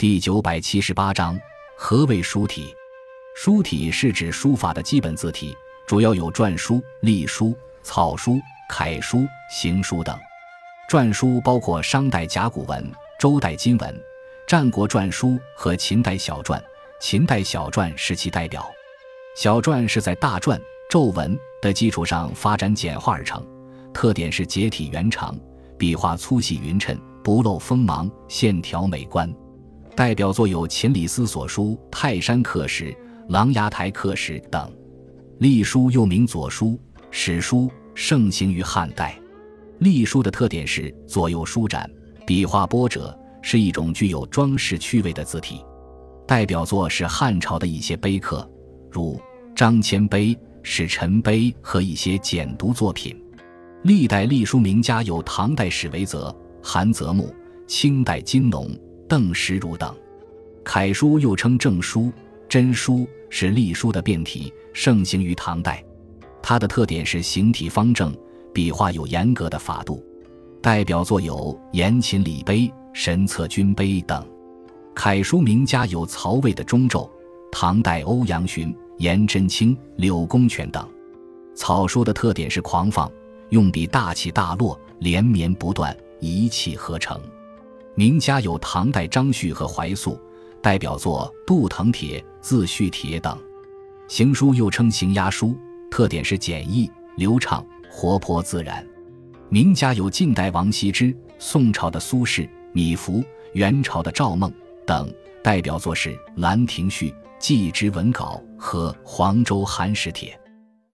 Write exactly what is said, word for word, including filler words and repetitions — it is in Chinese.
第九百七十八章，何谓书体？书体是指书法的基本字体，主要有篆书、隶书、草书、楷书、行书等。篆书包括商代甲骨文、周代金文、战国篆书和秦代小篆，秦代小篆是其代表。小篆是在大篆、皱纹的基础上发展简化而成，特点是结体圆长，笔画粗细匀称，不露锋芒，线条美观。代表作有秦李斯所书、泰山刻石、琅琊台刻石等。隶书又名左书、史书，盛行于汉代。隶书的特点是左右舒展，笔画波折，是一种具有装饰趣味的字体。代表作是汉朝的一些碑刻，如张骞碑、史臣碑和一些简牍作品。历代隶书名家有唐代史维泽、韩泽穆，清代金农、邓石如等。楷书又称正书、真书，是隶书的变体，盛行于唐代。它的特点是形体方正，笔画有严格的法度。代表作有延秦礼碑、神策军碑等。楷书名家有曹魏的钟胄，唐代欧阳询、颜真卿、柳公权等。草书的特点是狂放，用笔大起大落，连绵不断，一气呵成。名家有唐代张旭和怀素，代表作杜腾帖、自叙帖等。行书又称行押书，特点是简易、流畅、活泼自然。名家有晋代王羲之、宋朝的苏轼、米芾、元朝的赵孟等，代表作是《兰亭序》、祭侄文稿和黄州寒食帖。